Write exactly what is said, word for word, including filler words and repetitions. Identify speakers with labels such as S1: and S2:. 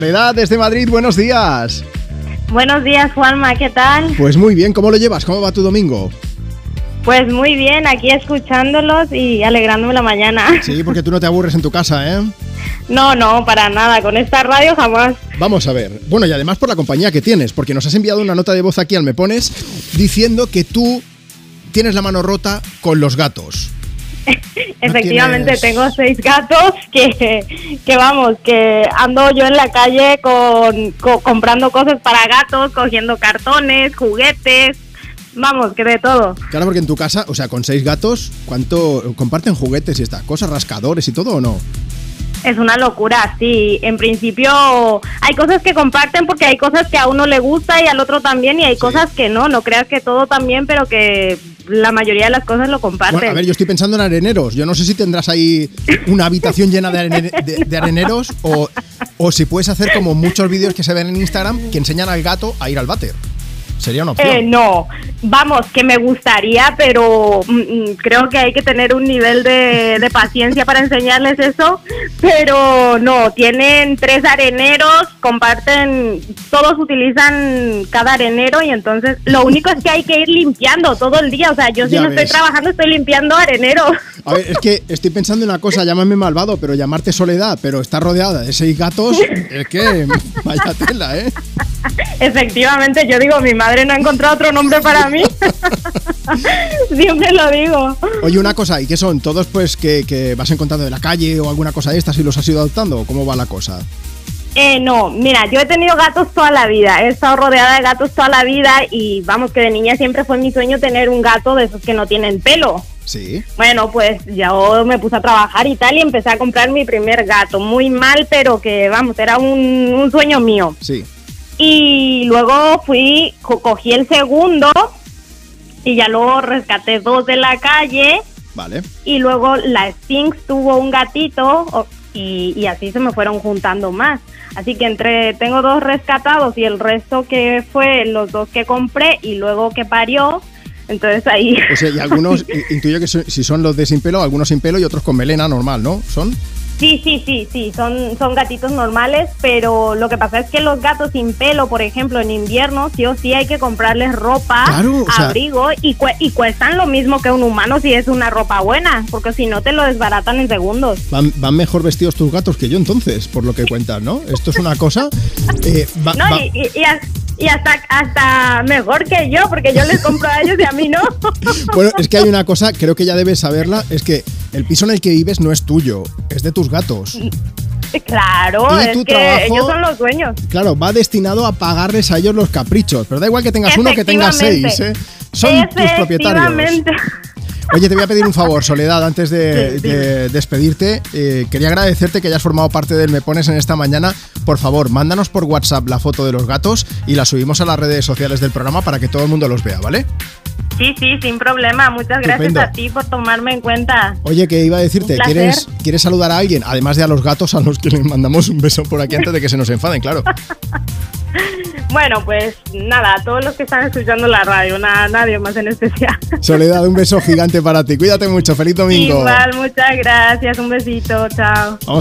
S1: Soledad, desde Madrid, buenos días.
S2: Buenos días, Juanma, ¿qué tal?
S1: Pues muy bien, ¿cómo lo llevas? ¿Cómo va tu domingo?
S2: Pues muy bien, aquí escuchándolos y alegrándome la mañana.
S1: Sí, porque tú no te aburres en tu casa, ¿eh?
S2: No, no, para nada, con esta radio jamás.
S1: Vamos a ver, bueno, y además por la compañía que tienes, porque nos has enviado una nota de voz aquí al Me Pones diciendo que tú tienes la mano rota con los gatos.
S2: Efectivamente,
S1: no tienes...
S2: tengo seis gatos que, que vamos, que ando yo en la calle con, con comprando cosas para gatos, cogiendo cartones, juguetes, vamos, que de todo.
S1: Claro, porque en tu casa, o sea, con seis gatos, ¿cuánto comparten juguetes y estas cosas, rascadores y todo o no?
S2: Es una locura, sí. En principio hay cosas que comparten porque hay cosas que a uno le gusta y al otro también, y hay sí. cosas que no, no creas que todo también, pero que la mayoría de las cosas lo comparten.
S1: Bueno, a ver, yo estoy pensando en areneros. Yo no sé si tendrás ahí una habitación llena de, arene, de, de areneros o, o si puedes hacer como muchos vídeos que se ven en Instagram que enseñan al gato a ir al váter. Sería una opción.
S2: Eh, no, vamos, que me gustaría, pero mm, creo que hay que tener un nivel de, de paciencia para enseñarles eso, pero no, tienen tres areneros, comparten, todos utilizan cada arenero y entonces lo único es que hay que ir limpiando todo el día, o sea, yo si
S1: Ya
S2: no
S1: ves.
S2: estoy trabajando estoy limpiando areneros.
S1: A ver, es que estoy pensando en una cosa, llámame malvado, pero llamarte Soledad, pero estar rodeada de seis gatos, es que vaya tela, ¿eh?
S2: Efectivamente, yo digo, mi madre no ha encontrado otro nombre para mí. Siempre lo digo.
S1: Oye, una cosa, ¿y qué son? ¿Todos pues que, que vas encontrando de la calle o alguna cosa de estas y los has ido adoptando? ¿O cómo va la cosa?
S2: Eh, no, mira, yo he tenido gatos toda la vida, he estado rodeada de gatos toda la vida y vamos, que de niña siempre fue mi sueño tener un gato de esos que no tienen pelo.
S1: Sí.
S2: Bueno, pues yo me puse a trabajar y tal y empecé a comprar mi primer gato, muy mal, pero que vamos, era un, un sueño mío.
S1: Sí.
S2: Y luego fui, co- cogí el segundo y ya luego rescaté dos de la calle.
S1: Vale.
S2: Y luego la Sphinx tuvo un gatito y, y así se me fueron juntando más. Así que entre tengo dos rescatados y el resto que fue los dos que compré y luego que parió. Entonces ahí...
S1: O sea, y algunos, intuyo que son, si son los de sin pelo, algunos sin pelo y otros con melena normal, ¿no? ¿Son?
S2: Sí, sí, sí, sí, son, son gatitos normales, pero lo que pasa es que los gatos sin pelo, por ejemplo, en invierno, sí o sí hay que comprarles ropa,
S1: claro, o sea,
S2: abrigo, y, cu- y cuestan lo mismo que un humano si es una ropa buena, porque si no te lo desbaratan en segundos.
S1: Van, van mejor vestidos tus gatos que yo entonces, por lo que cuentas, ¿no? Esto es una cosa... Eh, va,
S2: no,
S1: va...
S2: y, y, y, y hasta, hasta mejor que yo, porque yo les compro a ellos y a mí no.
S1: Bueno, es que hay una cosa, creo que ya debes saberla, es que el piso en el que vives no es tuyo, es de tus gatos.
S2: Claro,
S1: Y
S2: es
S1: tu
S2: que
S1: trabajo,
S2: ellos son los dueños.
S1: Claro, va destinado a pagarles a ellos los caprichos, pero da igual que tengas uno que tengas seis, ¿eh? Son tus propietarios. Oye, te voy a pedir un favor, Soledad, antes de,
S2: Sí,
S1: de despedirte. Eh, quería agradecerte que hayas formado parte del Me Pones en esta mañana. Por favor, mándanos por WhatsApp la foto de los gatos y la subimos a las redes sociales del programa para que todo el mundo los vea, ¿vale?
S2: Sí, sí, sin problema. Muchas gracias
S1: Estupendo.
S2: a ti por tomarme en cuenta.
S1: Oye, que iba a decirte, ¿quieres, ¿quieres saludar a alguien? Además de a los gatos a los que les mandamos un beso por aquí antes de que se nos enfaden, claro.
S2: Bueno, pues nada, a todos los que están escuchando la radio, nada, nadie más en especial.
S1: Soledad, un beso gigante para ti. Cuídate mucho, feliz domingo.
S2: Igual, muchas gracias, un besito, chao.
S1: Vamos